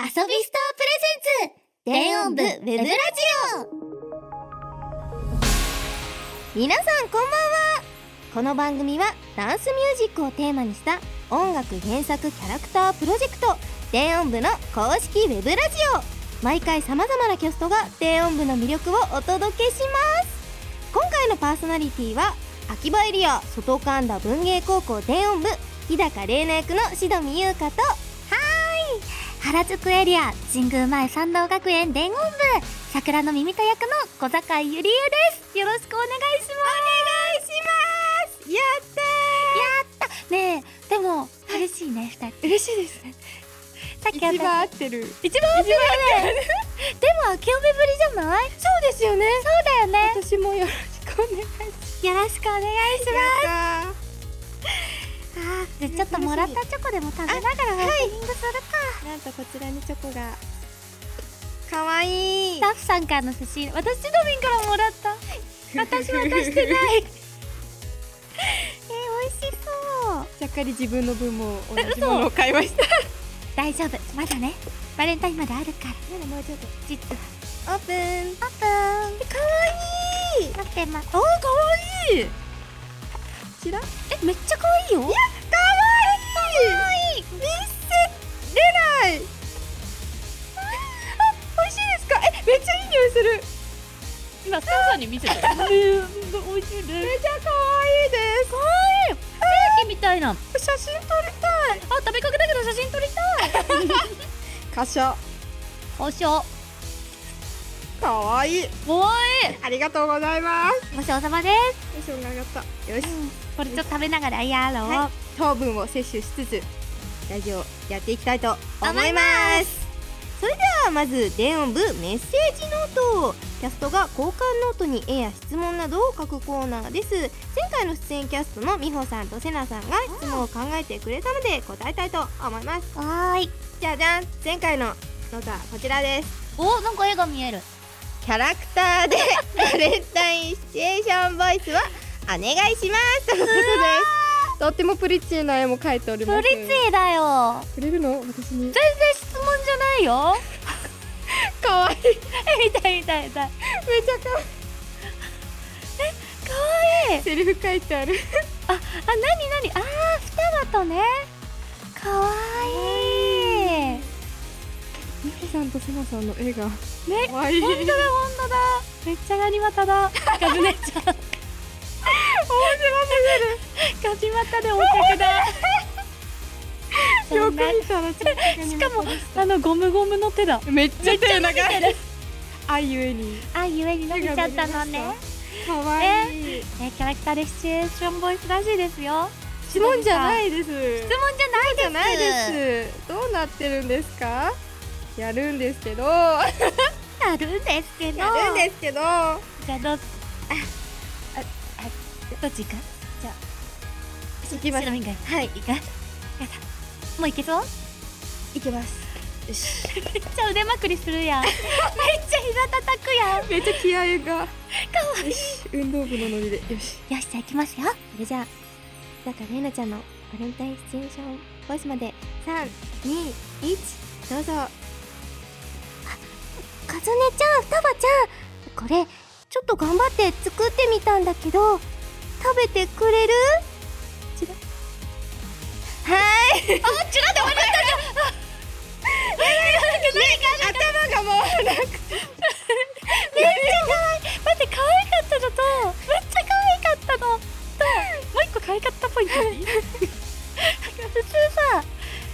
遊びストアプレゼンツ電音部ウェブラジオ。皆さんこんばんは。この番組はダンスミュージックをテーマにした音楽原作キャラクタープロジェクト電音部の公式ウェブラジオ。毎回様々なキャストが電音部の魅力をお届けします。今回のパーソナリティは秋葉エリア外神田文芸高校電音部日高玲奈役の志戸美優香と、 原宿エリア神宮前参道学園伝音部桜の耳と役の小坂井ゆりえです。よろしくお願いします。 やったねえ、でも嬉しいね、2人。 嬉しいですね。 さっき一番合ってる。 一番合ってるよね。でも明けおめぶりじゃない？ そうですよね。 そうだよね。 私もよろしくお願いします。 よろしくお願いします。じゃあちょっともらったチョコでも食べながらオープニングするか。 なんとこちらにチョコがかわいい。 スタッフさんからの写真、私ドミンからもらった。私渡してない。美味しそう。 ちゃっかり自分の分も同じものを買いました。 大丈夫、まだねバレンタインまであるから。 まだもうちょっと。 実はオープン。 オープン。 かわいい。 待ってます。 かわいい。こちら。 めっちゃ可愛いよ。 かわいい。見せれない。美味しいですか？めっちゃいい匂いする。 今スタッフさんに見せた。美味しいです。 めっちゃ可愛いです。 可愛い。ケーキみたいな。 写真撮りたい。 食べかけだけど写真撮りたい。 カシャ。 おしょ。 かわいい。 可愛い。 ありがとうございます。 ごちそうさまです。 テンションが上がった。よし。 これちょっと食べながらやろう。 はい、糖分を摂取しつつラジオやっていきたいと思います。それではまず電音部メッセージノート。キャストが交換ノートに絵や質問などを書くコーナーです。前回の出演キャストの美穂さんとせなさんが質問を考えてくれたので答えたいと思います。 はーい。 じゃじゃん。前回のノートはこちらです。 お、なんか絵が見える。 キャラクターでバレンタインシチュエーションボイスはお願いしますということです。とってもプリッチーな絵も描いております。 プリッツィだよ。 くれるの？私に。 全然質問じゃないよ。 かわいい。 見たい見たい見たい。 めちゃかわいい。 かわいい。 セリフ書いてある。 なに双葉とね。かわいい。 ミキさんとセナさんの絵がね、 かわいい。 ほんとだ。めっちゃガニ股だ。ガズネちゃん。ガニ股でお客だ。 よく見たらしかもゴムゴムの手だ。 めっちゃ手長い。あゆえに伸びちゃったのね。 かわいい。 キャラクターでシチュエーションボイスらしいですよ。 質問じゃないです。 質問じゃないです。 どうなってるんですか？やるんですけど。 やるんですけど。 じゃあどっちか。じゃあ行きます。 はい、いか。もういけそう？ いけます。よし。 めっちゃ腕まくりするやん。めっちゃ膝叩くやん。 めっちゃ気合が。 かわいい。 運動部のノリで。よし。 よし、じゃあ行きますよ。 それじゃあなんかれいなちゃんのバレンタインシチュエーションボイスまで3、2、1どうぞ。 かずねちゃん、双葉ちゃん、これちょっと頑張って作ってみたんだけど食べてくれる？ チラ。 はい。チラで終わったじゃん。 頭がもうなんかめっちゃ可愛い。待って可愛かったのとめっちゃ可愛かったのともう一個可愛かったポイント。普通さ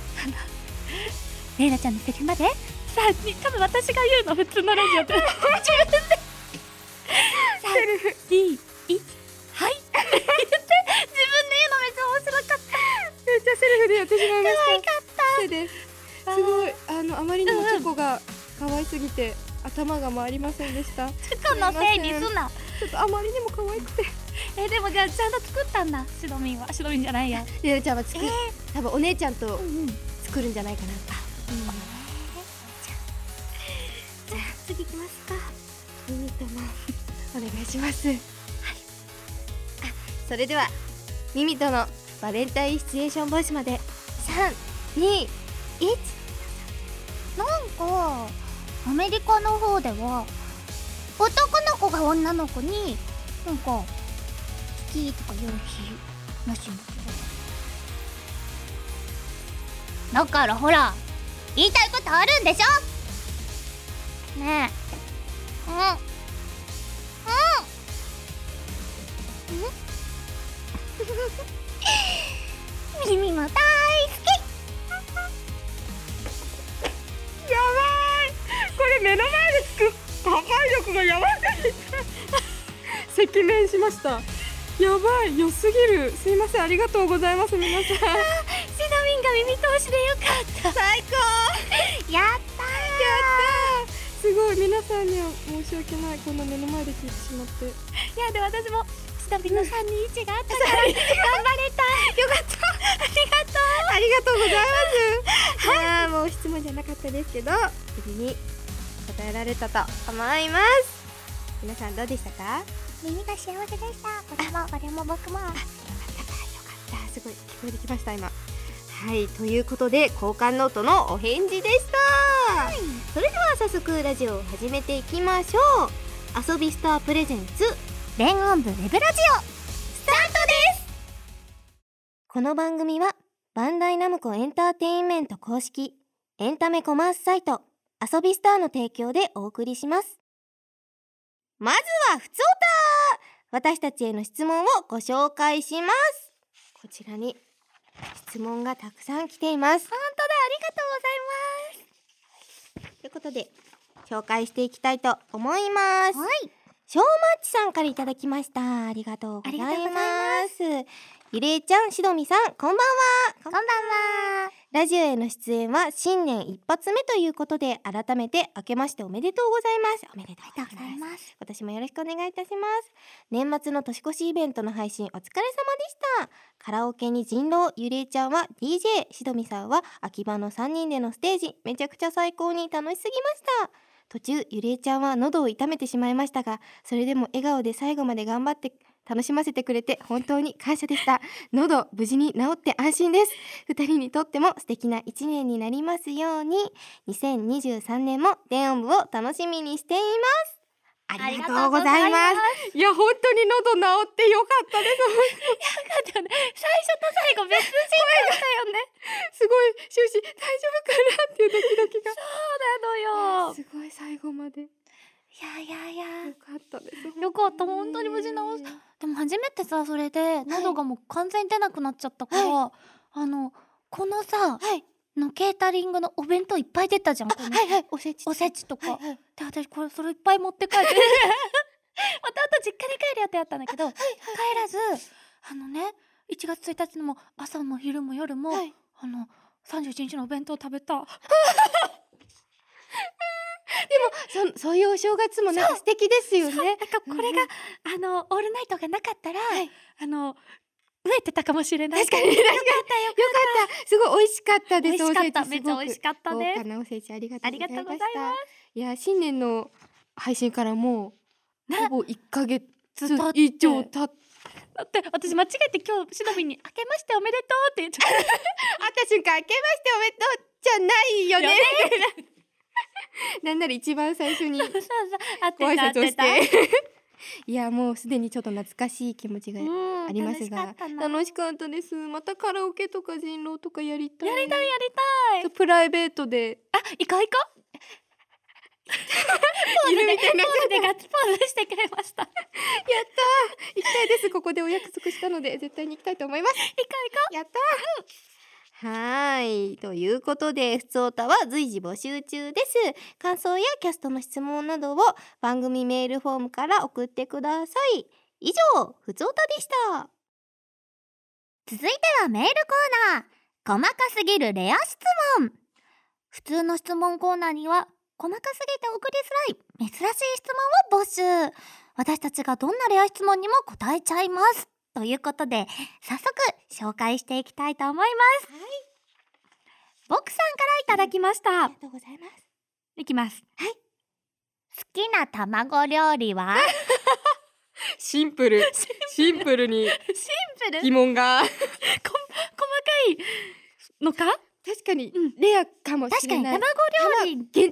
レイナちゃんのセリフまでさあ多分私が言うの普通のラジオって自分でセルフ 2、1はいって言って自分で言うのめっちゃ面白かった。 めっちゃセルフでやってしまいました。 可愛かった。 手ですごいあまりにもチョコが可愛すぎて頭が回りませんでした。 チョコのせいにすな。 ちょっとあまりにも可愛くてでもじゃあちゃんと作ったんだ。シドミンじゃないや。 レナちゃんは多分お姉ちゃんとうん作るんじゃないかな。 じゃあ次行きますか。 ミミともお願いします。はい。それではミミとのバレンタインシチュエーションボイスまで3、2、1。 なんアメリカの方では男の子が女の子になんか好きとか言う日らしいんだけど、だからほら言いたいことあるんでしょねえ。耳も大好き。 やばい、これ目の前でつく破壊力がやばい赤面しました。やばい、良すぎる。すいません、ありがとうございます皆さん。 シドミンが耳通しでよかった。 最高。 やったー。 すごい、皆さんには申し訳ない、こんな目の前で聞いてしまって。 いやで私もシドミンの321があったから頑張れた。よかった。 ありがとうございます。もう質問じゃなかったですけど、無事に答えられたと思います。皆さんどうでしたか？ 耳が幸せでした。俺も僕も。 よかった、すごい聞こえてきました今。はい、ということで交換ノートのお返事でした。それでは早速ラジオを始めていきましょう。遊びスタープレゼンツ電音部ウェブラジオスタートです。この番組はバンダイナムコエンターテインメント公式エンタメコマースサイト遊びスターの提供でお送りします。まずはふつおた、私たちへの質問をご紹介します。こちらに質問がたくさん来ています。 本当だ、ありがとうございます。 ということで紹介していきたいと思います。 はい、 ショーマッチさんからいただきました。ありがとうございます。ゆれいちゃん、しどみさん、こんばんは。 こんばんは。 ラジオへの出演は新年一発目ということで、改めて明けましておめでとうございます。おめでとうございます。今年もよろしくお願いいたします。年末の年越しイベントの配信お疲れ様でした。カラオケに人狼、ゆれいちゃんは DJ、しどみさんは秋葉の3人でのステージ、めちゃくちゃ最高に楽しすぎました。途中ゆれいちゃんは喉を痛めてしまいましたが、それでも笑顔で最後まで頑張って楽しませてくれて本当に感謝でした。喉無事に治って安心です。2人にとっても素敵な1年になりますように。2023年も電音部を楽しみにしています。ありがとうございます。 いや、本当に喉治ってよかったです。 よね、最初と最後別人だったよね。 すごい、終始大丈夫かなっていうドキドキが。 そうなのよ。 すごい最後まで。 いやよかったです。 よかった、本当に無事治した。でも初めてさ、それで喉がもう完全に出なくなっちゃったから、このさ、のケータリングのお弁当いっぱい出たじゃん。おせちとか、で私それいっぱい持って帰ってまた実家に帰る予定だったんだけど、帰らず1月1日のも朝も昼も夜も、31日のお弁当食べた。 でもそういうお正月もなんか素敵ですよね。 なんかこれが、オールナイトがなかったら、飢えてたかもしれない。 確かによかった。すごい美味しかったです。 美味しかった。 めめっちゃ美味しかったです。 豪華なおせちありがとうございました。 ありがとうございます。 いや、新年の配信からもうほぼ1ヶ月以上経って。 だって私間違えて今日しのびに明けましておめでとうって言っちゃった。 会った瞬間明けましておめでとうじゃないよね。なんなら一番最初にご挨拶をして。いや、もうすでにちょっと懐かしい気持ちがありますが、楽しかったです。またカラオケとか人狼とかやりたい。 やりたい。 プライベートで行こう。ポーズでガッツポーズしてくれました。やったー、行きたいです。ここでお約束したので絶対に行きたいと思います。 行こう。やったー。はい、ということでふつおたは随時募集中です。感想やキャストの質問などを番組メールフォームから送ってください。以上、ふつおたでした。 続いてはメールコーナー、細かすぎるレア質問。普通の質問コーナーには細かすぎて送りづらい珍しい質問を募集。私たちがどんなレア質問にも答えちゃいます。ということで早速紹介していきたいと思います。ボクさんからいただきました。 ありがとうございます。 いきます。 はい。 好きな卵料理はシンプルに疑問が細かいのか。 確かにレアかもしれない。 確かに卵料理限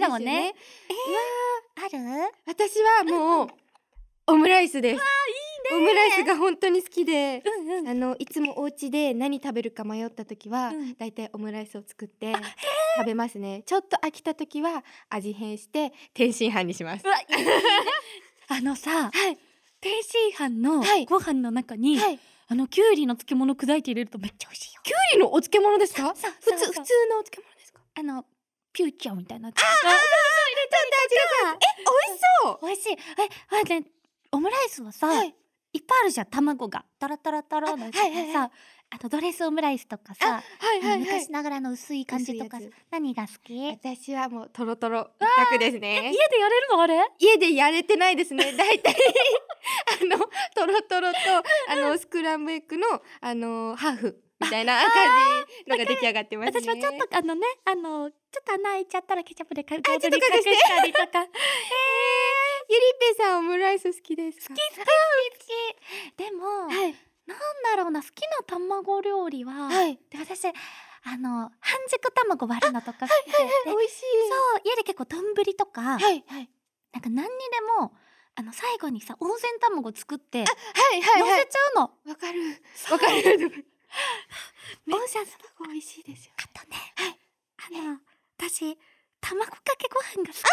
だもんね。 ですよね。 ある？ 私はもうオムライスです。オムライスが本当に好きで、いつもお家で何食べるか迷った時は、だいたいオムライスを作って食べますね。ちょっと飽きた時は味変して天津飯にします。 うわ、いいね。さ、天津飯のご飯の中に、きゅうりの漬物砕いて入れるとめっちゃ美味しいよ。 きゅうりのお漬物ですか？ そう普通のお漬物ですか？ ピューチャーみたいな。 そう入れちゃって味が美味しそう。 美味しい。ね、オムライスはさ、いっぱいあるじゃん。卵がトロトロトロのさ、ドレスオムライスとかさ、昔ながらの薄い感じとか、何が好き？ 私はもうトロトロ一択ですね。 家でやれるのあれ？ 家でやれてないですね。だいたいトロトロとスクランブルエッグのハーフみたいな感じのが出来上がってますね。 私はちょっとちょっと穴開いちゃったらケチャップで軽く隠したりとか。 ゆりっぺさんオムライス好きですか？ 好き。でも、なんだろうな、好きな卵料理は、で私半熟卵割るのとか好きで、 美味しい。 そう、家で結構丼とか、なんか何にでも最後にさ温泉卵作って乗せちゃうの。 わかるわかる。 温泉卵美味しいですよ。 あとね、私卵かけご飯がすごい好き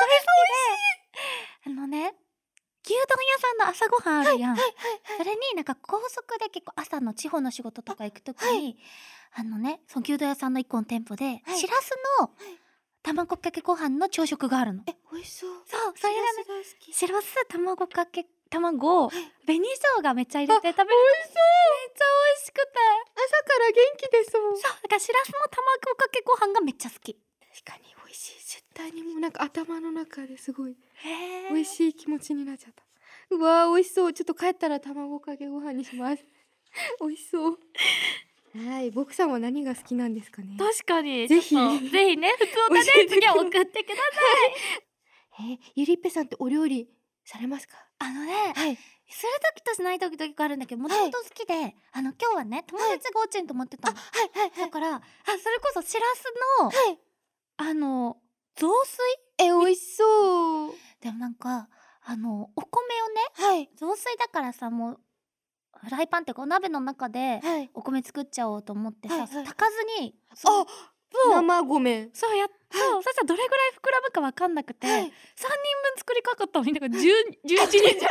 で、牛丼屋さんの朝ごはんあるやん。それになんか高速で結構朝の地方の仕事とか行くときに、その牛丼屋さんの一個の店舗でしらすの卵かけご飯の朝食があるの。 美味しそう。 そう、それがね、しらす卵かけ卵を紅生姜めっちゃ入れて食べるとめっちゃ美味しくて、 朝から元気出そう。 そう、だからしらすの卵かけご飯がめっちゃ好き。 確かに美味しい。絶対にもうなんか頭の中ですごい美味しい気持ちになっちゃった。うわー美味しそう。ちょっと帰ったら卵かけご飯にします。美味しそう。はい、僕さんは何が好きなんですかね。 確かにぜひね、普通おたで次は送ってください。 ゆりっぺさんってお料理されますか？ する時としない時あるんだけど、もともと好きで、今日はね友達がお家に泊まってたの。だからそれこそしらすの雑炊、 美味しそう。 でもなんかお米をね、雑炊だからさ、もうフライパンってこう鍋の中でお米作っちゃおうと思ってさ、炊かずに生米。 そうそしたらどれぐらい膨らむかわかんなくて、3人分作りかかったのに、だから11人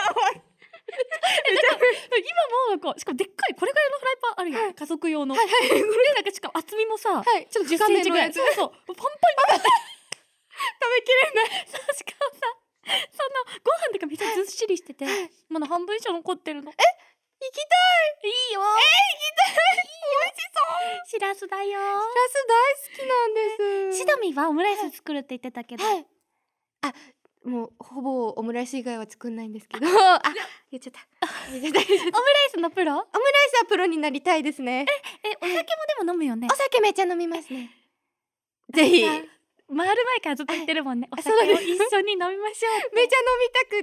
今もしかもでっかいこれぐらいのフライパンあるよ、家族用の。でなんかしかも厚みもさ、 ちょっと 10センチぐらい、そうパンパンになって食べきれない。 そう、しかもさ、ご飯とかめっちゃずっしりしてて、まだ半分以上残ってるの。 行きたい。 いいよ。 行きたい。美味しそう。 しらすだよ。 しらす大好きなんです。 シドミはオムライス作るって言ってたけど、 もうほぼオムライス以外は作んないんですけど、言っちゃった。 オムライスのプロ？ オムライスはプロになりたいですね。 お酒もでも飲むよね。 お酒めっちゃ飲みますね。ぜひ。 回る前からずっと言ってるもんね。お酒を一緒に飲みましょう。 めっちゃ飲みたくって。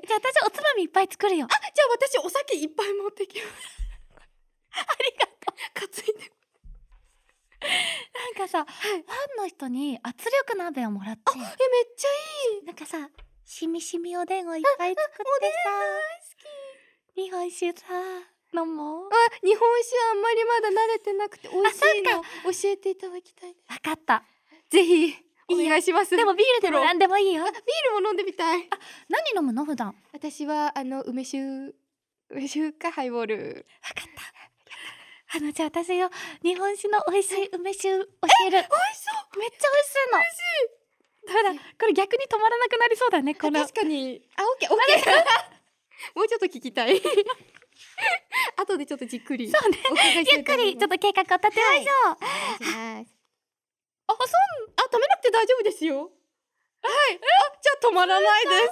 じゃあ私おつまみいっぱい作るよ。 じゃあ私お酒いっぱい持ってきます。 ありがとう。 担いで。 なんかさ、ファンの人に圧力鍋をもらって、 めっちゃいい。 なんかさ、しみしみおでんをいっぱい作ってさ、日本酒さ飲もう。 日本酒あんまりまだ慣れてなくて美味しいの教えていただきたいです。 わかった。 ぜひお願いします。 でもビールでも何でもいいよ。 ビールも飲んでみたい。 何飲むの普段？ 私は梅酒かハイボール。 わかった。じゃあ私よ、日本酒の美味しい梅酒教える。美味しそう。めっちゃ美味しいの。美味しい。だからこれ逆に止まらなくなりそうだね。この確かに。オッケー。もうちょっと聞きたい。後でちょっとじっくり。 そうね。ゆっくりちょっと計画を立てましょう。 お願いします。食べなくて大丈夫ですよ。じゃあ止まらないです。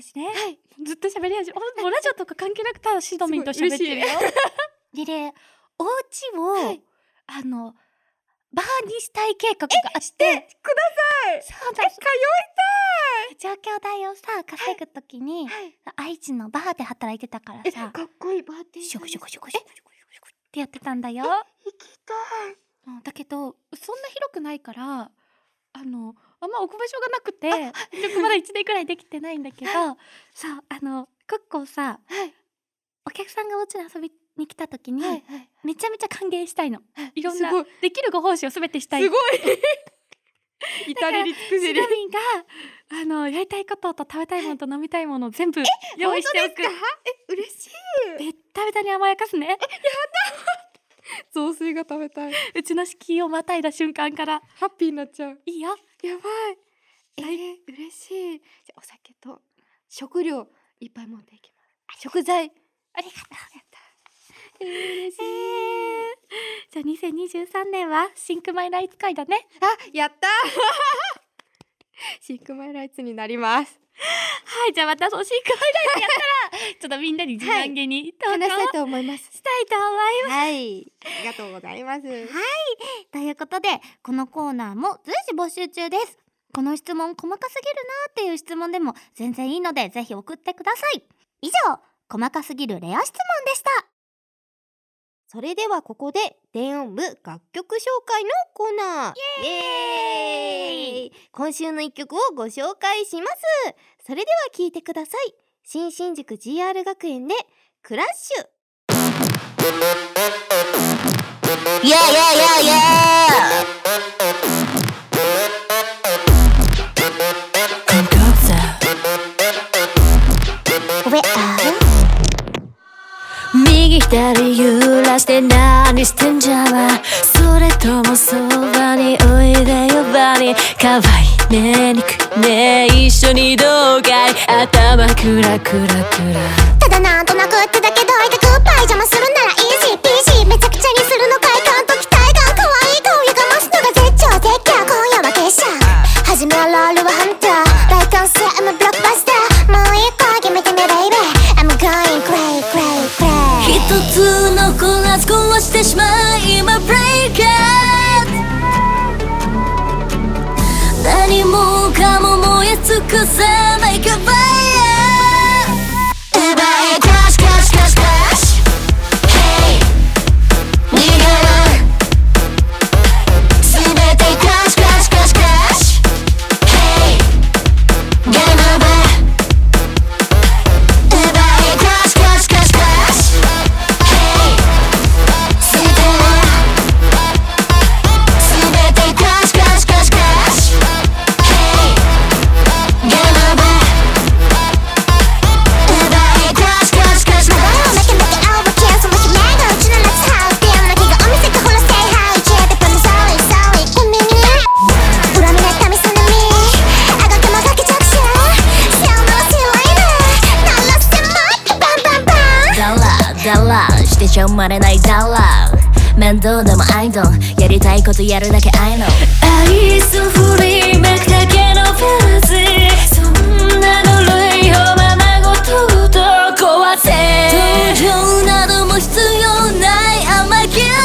私ね、ずっと喋り始め、もうラジオとか関係なくただシドミンと喋ってるよ。で、お家をバーにしたい計画があって。 してください。 そう通いたい。 上京代をさ稼ぐときに、愛知のバーで働いてたからさ、 かっこいいバーテン。 シュクシュクシュクシュクってやってたんだよ。 行きたい。 だけどそんな広くないから、 あんま置く場所がなくて結局まだ1年くらいできてないんだけどそう結構さ、お客さんがお家に遊びに来た時に、めちゃめちゃ歓迎したいの。いろんなすごいできるご奉仕をすべてしたい。 すごい至れり尽くせり。 シドニーがやりたいことと食べたいものと飲みたいものを全部用意しておく。 嬉しい。 べったべたに甘やかすね。 雑炊が食べたい。 うちの敷居をまたいだ瞬間からハッピーになっちゃう。 いいよ。 やばい。嬉しい。じゃあお酒と食料いっぱい持っていきます。食材。 ありがとう。嬉しい。じゃあ2023年はシンクマイライツ会だね。 あ、やったシンクマイライツになります。 はい、じゃあまたそのシンクマイライツやったらちょっとみんなに自慢げに投稿話したいと思います。 したいと思います。 はい、ありがとうございます。 ということでこのコーナーも随時募集中です。この質問細かすぎるなっていう質問でも全然いいのでぜひ送ってください。以上、細かすぎるレア質問でした。 それではここで電音部楽曲紹介のコーナー。イエーイ。今週の一曲をご紹介します。それでは聴いてください。新新宿 GR 学園でクラッシュ。 Yeah, yeah, yeah, yeah. Where are? 右左揺らして何してんじゃわ。それともそばにおいでよバニー。かわいいね肉ね一緒にどうかい。頭クラクラクラ。 ただなんとなくってだけど痛くパイジャマするならイージーピージー。めちゃくちゃにするの快感と期待感。可愛い顔やがますのが絶頂絶叫。今夜は決勝初めはロールはハンター。大歓声 I'm a blockbuster。もう一個決めてみベイベー。I'm going cray cray cray。 一つのコーラス壊してしまい今ブレイクアウト。何もかも燃え尽くせ Make a fire。 Everybody crash crash crash crash。 Hey 逃げろ全て crash crash crash crash。 Hey Game over。 Everybody crash crash crash crash。 Hey 全て crash crash crash crash。 Hey Game over。 Everybody crash crash crash crash。 めけめけ青葉キャンその悲鳴がうちの夏ハウス。でなきがお店かほら Say hi。 消えてくる Sorry sorry ごめんね。恨み妬みその身あがけもがけ着手。さよなら See you later。 鳴らせマイクバンバンバン。 ダラしてちゃ生まれないダラ。面倒でも I don't。 やりたいことやるだけ I know。 愛す振りめくだけのファンタジー。そんなの類をままごとと壊せ。登場なども必要ない甘キラ。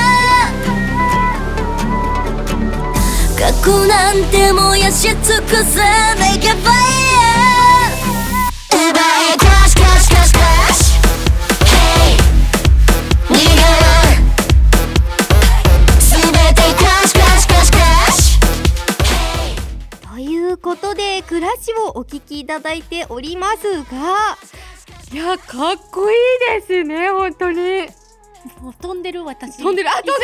過去なんて燃やし尽くせ Make a fire。 Everybody crash crash crash crash。 Hey 逃げろ全て crash crash crash crash。 ということでクラッシュをお聴きいただいておりますが、 いや、かっこいいですね、本当に。 もう飛んでる私。 飛んでる、あ、飛んでる。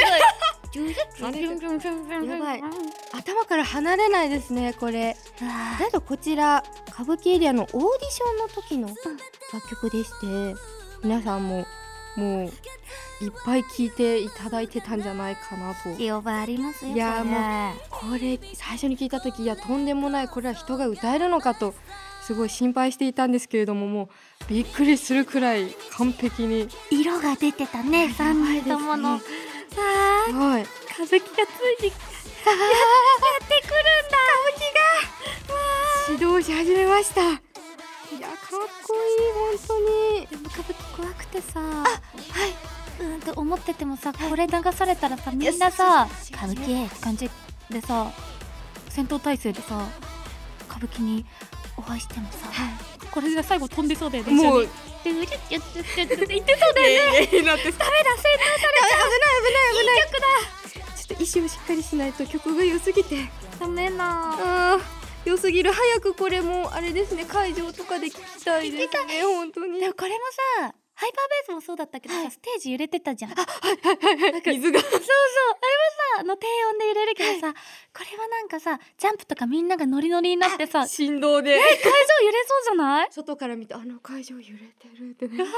やばい、頭から離れないですねこれ。なんとこちら歌舞伎エリアのオーディションの時の楽曲でして、皆さんももういっぱい聴いていただいてたんじゃないかなと。 見覚えありますよ。 いやこれもうこれ最初に聞いた時、いやとんでもない、これは人が歌えるのかとすごい心配していたんですけれども、もうびっくりするくらい完璧に。 色が出てたね、3人ともの。 はい、 歌舞伎がついにやってくるんだ。 指導し始めました。いや、かっこいい、本当に。 でも歌舞伎怖くてさ、って思っててもさ、これ流されたらさ、みんなさ歌舞伎って感じでさ、戦闘態勢でさ歌舞伎にお会いしてもさ、これが最後飛んでそうだよね。 もうでうりって言ってそうだよね。 だってダメだ、洗脳されちゃう。 危ない危ない危ない。 いい曲だ。 ちちょっと意志をしっかりしないと、曲が良すぎてダメな。 良すぎる。早くこれもあれですね、会場とかで聞きたいですね、本当に。 でもこれもさ、ハイパーベースもそうだったけどさ、ステージ揺れてたじゃん。 水がそうそう、あれはさ、低音で揺れるけどさ、これはなんかさ、ジャンプとかみんながノリノリになってさ、 振動で会場揺れそうじゃない？ 外から見て、会場揺れてるってね。 めっちゃ楽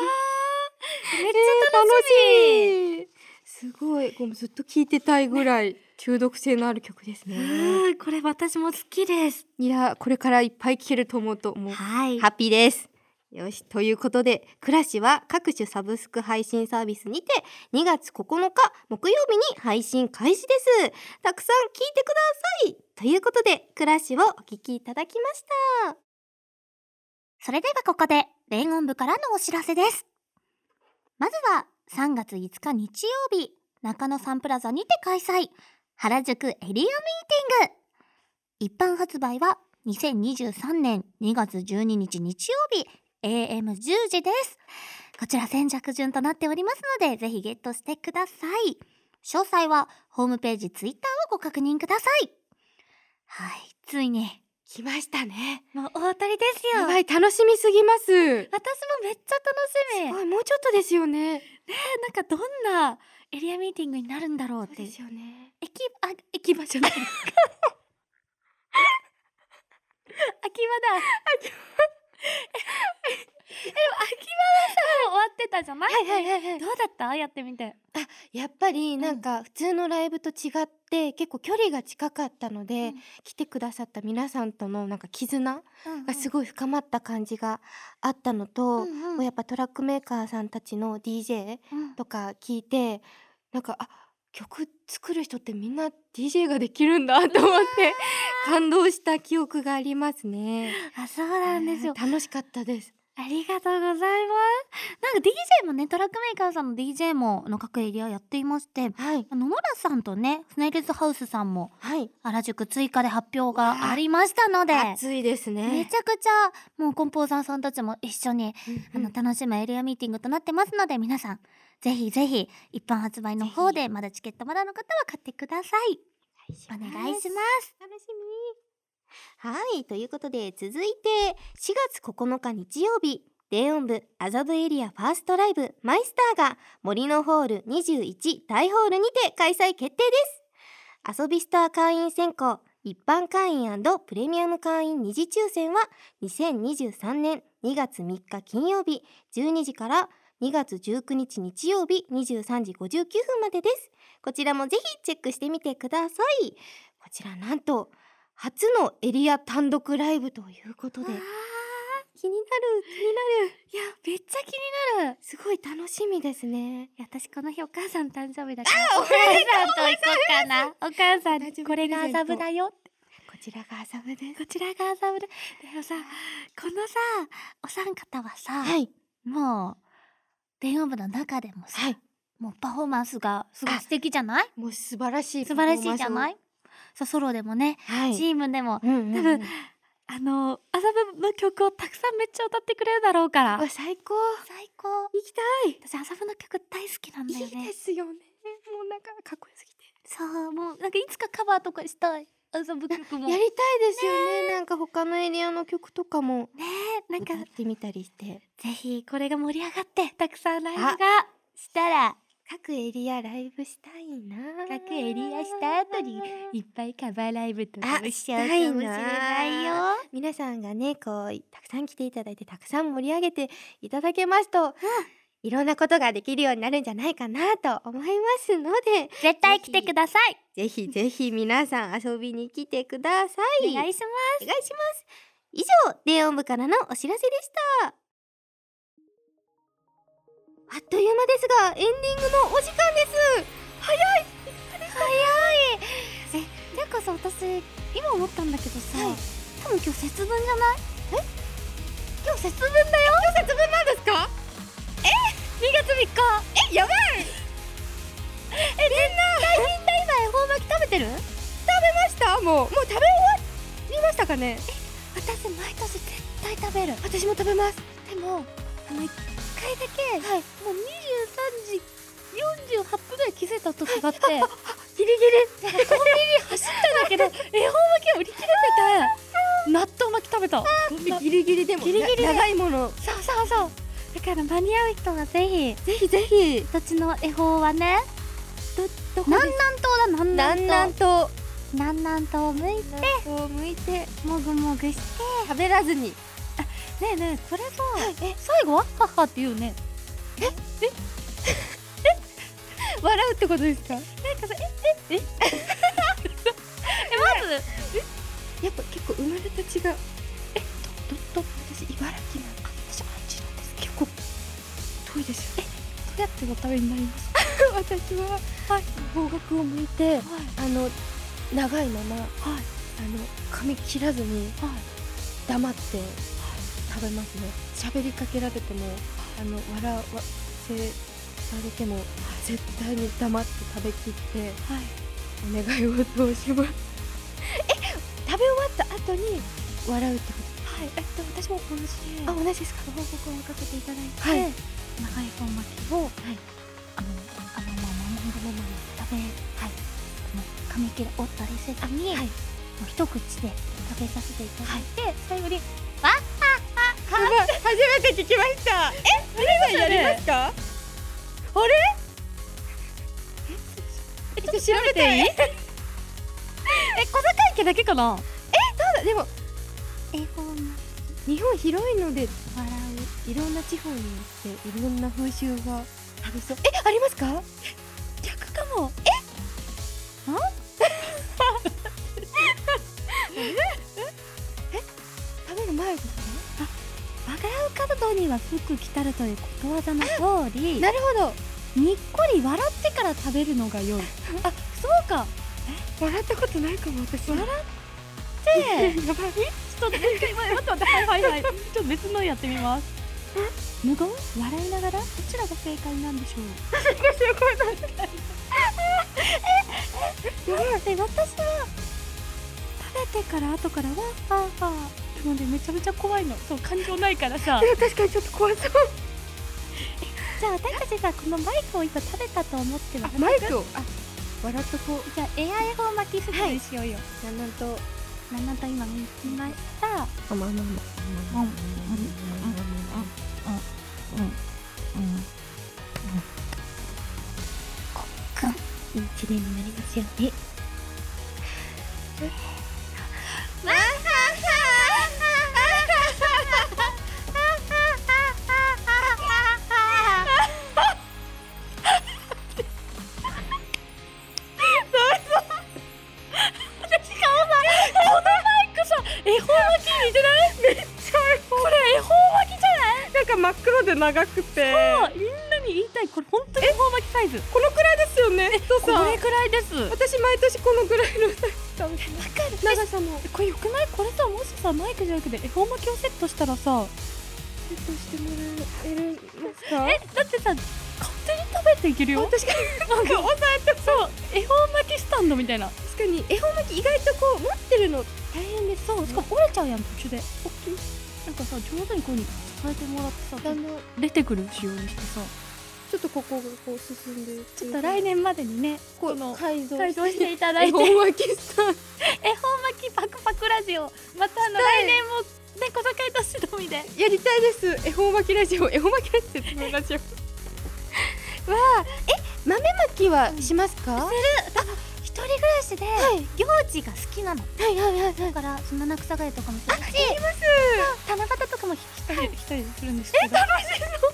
楽しみ。 しい。すごい、ずっと聴いてたいぐらい中毒性のある曲ですね。 これ私も好きです。 いや、これからいっぱい聴けると思うともうはい。 ハッピーです。よし、ということで、クラッシュは各種サブスク配信サービスにて2月9日木曜日に配信開始です。たくさん聴いてください。ということで、クラッシュをお聴きいただきました。 それではここで、連音部からのお知らせです。まずは、3月5日日曜日、中野サンプラザにて開催、原宿エリアミーティング。一般発売は2023年2月12日日曜日、AM10 時です。こちら先着順となっておりますので、ぜひゲットしてください。詳細はホームページ、ツイッターをご確認ください。はい、ついに来ましたね。 もうお当たりですよ。 やばい、楽しみすぎます。 私もめっちゃ楽しみ。 すごい、もうちょっとですよね。 なんかどんなエリアミーティングになるんだろうって。 ですよね。 駅場じゃない。秋葉だ。秋葉はさ、終わってたじゃない？ はい。 どうだった？やってみて。 やっぱりなんか普通のライブと違って結構距離が近かったので、来てくださった皆さんとのなんか絆がすごい深まった感じがあったのと、もうやっぱトラックメーカーさんたちの DJ とか聞いて、なんか曲作る人ってみんな DJ ができるんだと思って感動した記憶がありますね。 そうなんですよ。 楽しかったです。 ありがとうございます。なんか DJ もね、トラックメーカーさんの DJ も各エリアやっていまして、 はい。 ノラさんとね、スネイルズハウスさんもはい。 原宿追加で発表がありましたので、 暑いですね。 めちゃくちゃもうコンポーザーさんたちも一緒に楽しむエリアミーティングとなってますので、皆さんぜひぜひ一般発売の方でまだチケットまだの方は買ってください。お願いします。 楽しみ。はい、ということで続いて4月9日日曜日、電音部麻布エリアファーストライブマイスターが森のホール21大ホールにて開催決定です。遊びスター会員選考、一般会員&プレミアム会員二次抽選は2023年2月3日金曜日12時から2月19日日曜日23時59分までです。こちらもぜひチェックしてみてください。こちらなんと初のエリア単独ライブということで、気になる。 いや、めっちゃ気になる。 すごい楽しみですね。 私この日お母さん誕生日だから、お母さんと行こうかな。お母さん、これが麻布だよって。 こちらが麻布です。 こちらが麻布で。でもさ、このさ、お三方はさ、 はい。 もう電音部の中でもさ、もうパフォーマンスがすごい素敵じゃない？ もう素晴らしい素晴らしいじゃない？さ、ソロでもね、チームでも、多分麻布の曲をたくさんめっちゃ歌ってくれるだろうから。 最高。 行きたい。私麻布の曲大好きなんだよね。 いいですよね。もうなんかかっこよすぎて。 そう、もうなんかいつかカバーとかしたい。麻布曲もやりたいですよね。なんか他のエリアの曲とかもね、なんか歌ってみたりして、 ぜひこれが盛り上がってたくさんライブがしたら各エリアライブしたいな。 各エリアした後にいっぱいカバーライブとかもしちゃうかもしれないよ。 皆さんがね、こうたくさん来ていただいてたくさん盛り上げていただけますと、いろんなことができるようになるんじゃないかなと思いますので、 絶対来てください。 ぜひぜひ皆さん遊びに来てください。 お願いします。 お願いします。以上、電音部からのお知らせでした。あっという間ですがエンディングのお時間です。早い。 ていうかさ、私今思ったんだけどさ、多分今日節分じゃない？今日節分だよ。 今日節分なんですか 2月3日。 やばい。 みんな今恵方巻き食べてる？ 食べました。もう食べ終わりましたかね。 私毎年絶対食べる。 私も食べます。 でも1回だけ、もう23時48分ぐらい気づいた時があってギリギリコンビニ走ったんだけど恵方巻きは売り切れてて納豆巻き食べた。 ギリギリでもギリギリで長いものそうそうそう。だから間に合う人はぜひぜひぜひ土地の恵方はね、 どこ南南東だ南南南東。 南と南南東を向いてを向いてもぐもぐして。 食べらずにねえねえこれさ、最後は母って言うね。 笑うってことですか？ なんかさまずやっぱ結構生まれたちが私茨城なんで、 私愛知なんです。 結構遠いですよ。 どうやってお食べになりますか？ 私は方角を向いて長いまま髪切らずに黙って食べますね。喋りかけられても笑わせられても絶対に黙って食べきってお願い事をします。食べ終わった後に笑うってこと？ 私も同じで同じですか？ ご報告をかけていただいて、長い方巻きを食べ紙切れ折ったりせずに、もう一口で食べさせていただいて、最後に初めて聞きました。皆さんやりますか？あれ？ちょっと調べていい？ 小坂池だけかな。 でも恵方巻日本広いのでき笑いろんな地方によっていろんな風習がありそう。ありますか？ う逆かも。 食べる前ですね。 我が家カルドには福来たるということわざの通り、 なるほど。 にっこり笑ってから食べるのが良い。そうか。 笑ったことないかも私。 笑ってやばい。 ちょっと待ってはいちょっと別のやってみます。無言笑いながらどちらが正解なんでしょう。で私は食べてから後からはなのでめちゃめちゃ怖いの。そう感情ないからさ。 確かにちょっと怖そう。 じゃあ私たちさこのマイクを今食べたと思ってマイクを笑っとこう。 じゃあエア恵方巻きすぐにしようよ。 なんと今見ました。いい一年になりますように。 真っ黒で長くて、 みんなに言いたい。これ本当に恵方巻きサイズ。 このくらいですよね。 これくらいです。 私毎年このぐらいのサイズ食べてます。長さもこれよくない？これさもしさマイクじゃなくて恵方巻きをセットしたらさ、 セットしてもらえるんですか？ だってさ勝手に食べていけるよ。 確かになんか押さえてそう恵方巻きスタンドみたいな。 確かに恵方巻き意外とこう持ってるの大変です。 そうしかも折れちゃうやん途中で。大きい。なんかさ上手にこうに支えてもらってさ出てくる仕様にしてさ、 ちょっとここがこう進んでちょっと来年までにねこの改造していただいて恵方巻きスタンド恵方巻きパクパクラジオまた来年もね小坂井としどみでやりたいです。恵方巻きラジオ恵方巻きラジオラジオは豆巻きはしますか？ 一人暮らしで行事が好きなの。だからその七草がゆとかもするし、 やります。 七夕とかも一人でするんですけど。 楽し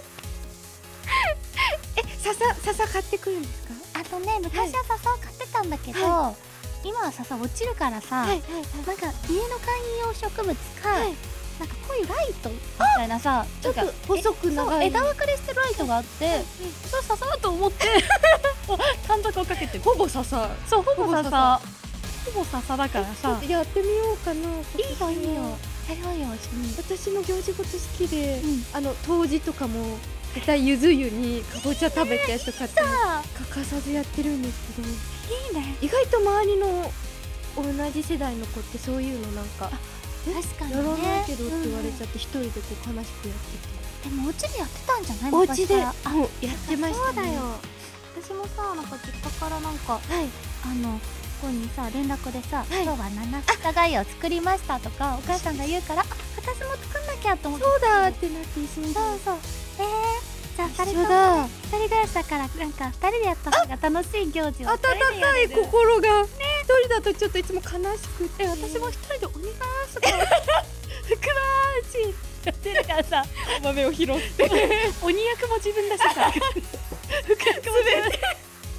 そう。笹買ってくるんですか？ あとね昔は笹を買ってたんだけど、今は笹落ちるからさ、なんか家の観葉植物か、なんかこういうライトみたいなさ、 ちょっと細く長い枝分かれしてるライトがあって、それ笹だと思って短冊をかけてほぼ笹。 そうほぼ笹だからさ、 やってみようかな。 いいよやろうよ一緒に。 私も行事事好きで、冬至とかも絶対ゆず湯にかぼちゃ食べたやつとかって欠かさずやってるんですけど、 いいね。 意外と周りの同じ世代の子ってそういうのなんか確かにやらね。 ないけどって言われちゃって一人でこう悲しくやってて、 でもお家でやってたんじゃない？ お家で昔からもうやってましたね。 そうだよ。私もさなんか実家からなんかここにさ連絡でさ、今日は七草がゆを作りましたとかお母さんが言うから、私も作んなきゃと思って。 そうだってなって一緒に。 そうそう。じゃあ2人とも一緒だ。 一人暮らしだからなんか2人でやった方が楽しい行事を温かい心が一人だとちょっといつも悲しくて、 私も一人で鬼がすごいふくらーちやってるからさ、 豆を拾って鬼役も自分だしさ福役も自分で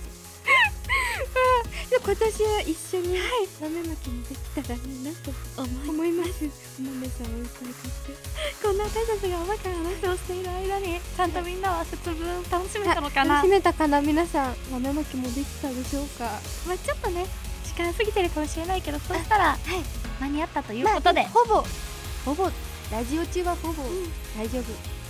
で今年は一緒に豆まきもできたらいいなと思います。お豆さんをいっぱい買って、 こんな私たちがおバカな話をしている間にちゃんとみんなは節分楽しめたのかな。 楽しめたかな。皆さん豆まきもできたでしょうか。 まあちょっとね時間過ぎてるかもしれないけど、そうしたら間に合ったということで、 ほぼラジオ中はほぼ大丈夫。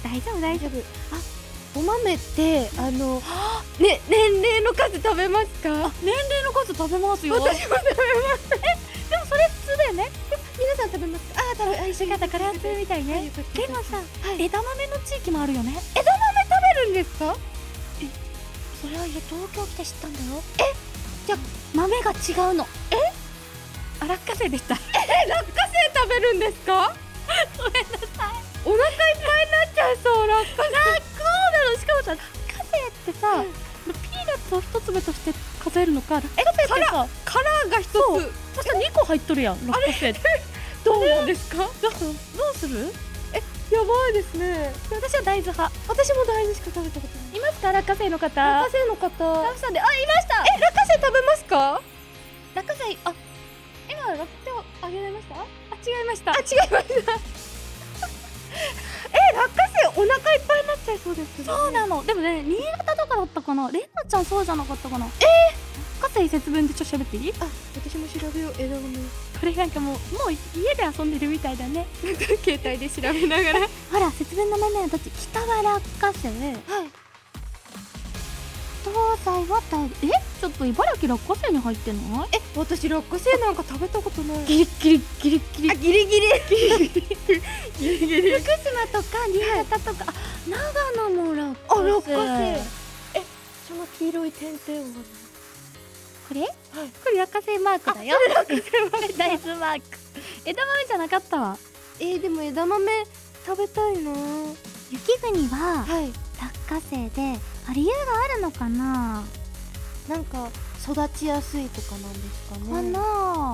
お豆って年齢の数食べますか？ 年齢の数食べますよ。 私も食べます。 でもそれ普通だよね。 皆さん食べますか？ 一緒にやったからやってるみたいね。でもさ、枝豆の地域もあるよね。 枝豆食べるんですか？ それは東京来て知ったんだよ。じゃあ豆が違うの。落花生でした。 落花生食べるんですか？ ごめんなさい。 お腹いっぱいになっちゃいそう。落花しかもさ、落花生ってさ、ピーナッツを一粒として数えるのか。落花生ってさ、 殻が一つ。 そしたら2個入っとるやん。落花生ってどうなんですか？ どうする？ やばいですね。 私は大豆派。 私も大豆しか食べたことない。 いますか、落花生の方？ 落花生の方。 タフさんで、いました。 落花生食べますか？ 落花生、今手を挙げられました？違いました。 違いました。落花生お腹いっぱいになっちゃいそうですけど。 そうなの。でもね、新潟とかだったかな。レナちゃんそうじゃなかったかな。落花生節分でちょっと喋っていい？ 私も調べよう。枝豆。 これなんかもう家で遊んでるみたいだね。 携帯で調べながら。 ほら、節分の豆はどっち？北は落花生。東西はちょっと茨城落花生に入ってない？ 私落花生なんか食べたことない。 ギリギリギリギリ。 ギリギリ。 福島とか新潟とか、長野も落落花花生。 生。その黄色い点々はこれ？これ落花生マークだよ。これ大豆マーク。枝豆じゃなかったわ。 でも枝豆食べたいな。 雪国ははい。 落花生で、理由があるのかな？ なんか育ちやすいとかなんですかね。 かな？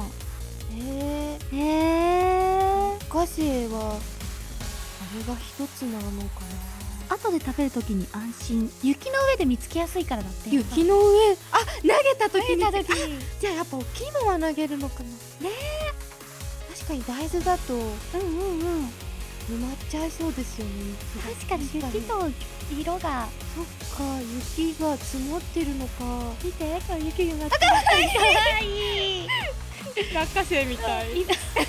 落花生はあれが一つなのかな。 後で食べるときに安心。雪の上で見つけやすいからだって。 雪の上。投げた時に。 投げた時にじゃあやっぱ大きいのは投げるのかな。確かに大豆だと埋まっちゃいそうですよね。 確かに雪と色が。 そっか、雪が積もってるのか。 見て、これ雪がかわいい。 落花生みたい。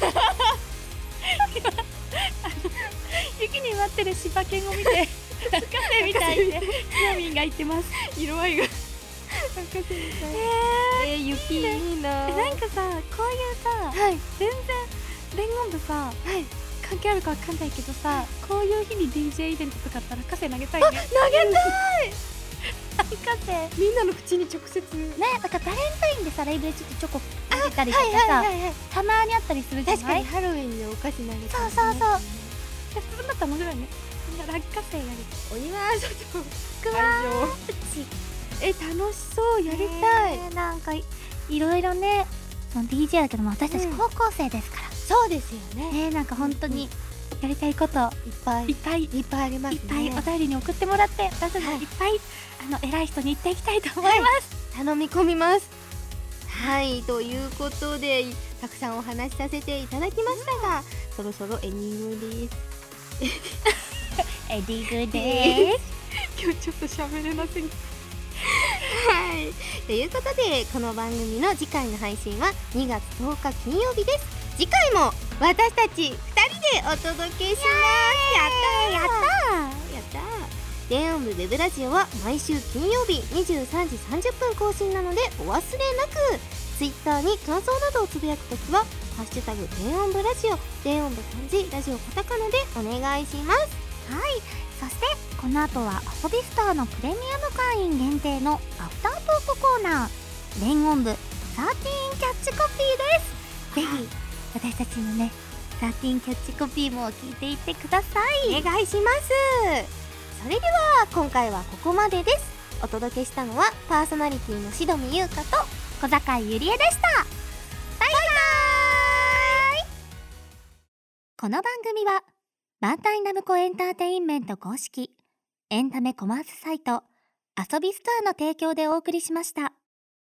雪に埋まってる柴犬を見て落花生みたいってヒロミンが言ってます。 色合いが落花生みたい。雪いいな。 なんかさ、こういうさ、全然伝言部さ、関係あるかわかんないけどさ、こういう日に DJ イベントとかあったら落花生投げたいね。 投げたい。 落花生みんなの口に直接ね。だからバレンタインでさ、ライブでちょっとチョコ投げたりとかさ、たまにあったりするじゃない？ 確かにハロウィンでお菓子投げて。 そうそうそう。節分だったら面白いね。みんな落花生やる。 鬼はちょっとくわー。 楽しそう。やりたい。 なんかいろいろね、その DJ だけども私たち高校生ですから。 そうですよね。 なんか本当にやりたいこといっぱいいっぱいありますね。 いっぱいお便りに送ってもらって、私たちいっぱい偉い人に言っていきたいと思います。 頼み込みます。はい、ということでたくさんお話しさせていただきましたが、そろそろエンディングです。 エディグです。 今日ちょっと喋れなすぎて。はい、ということでこの番組の次回の配信は2月10日金曜日です。次回も私たち2人でお届けします。やったー。電音部ウェブラジオは毎週金曜日23時30分更新なのでお忘れなく。ツイッターに感想などをつぶやくときはハッシュタグ電音部ラジオ、電音部漢字、ラジオカタカナでお願いします。 はい、そしてこの後は遊びストアのプレミアム会員限定のアフタートークコーナー、電音部キャッチコピーです。ぜひ私たちのね13キャッチコピーも聞いていってください。 お願いします。それでは今回はここまでです。お届けしたのはパーソナリティのしどみゆうかと小坂井ゆりえでした。 バイバーイ。 この番組はバンダイナムコエンターテインメント公式エンタメコマースサイト遊びストアの提供でお送りしました。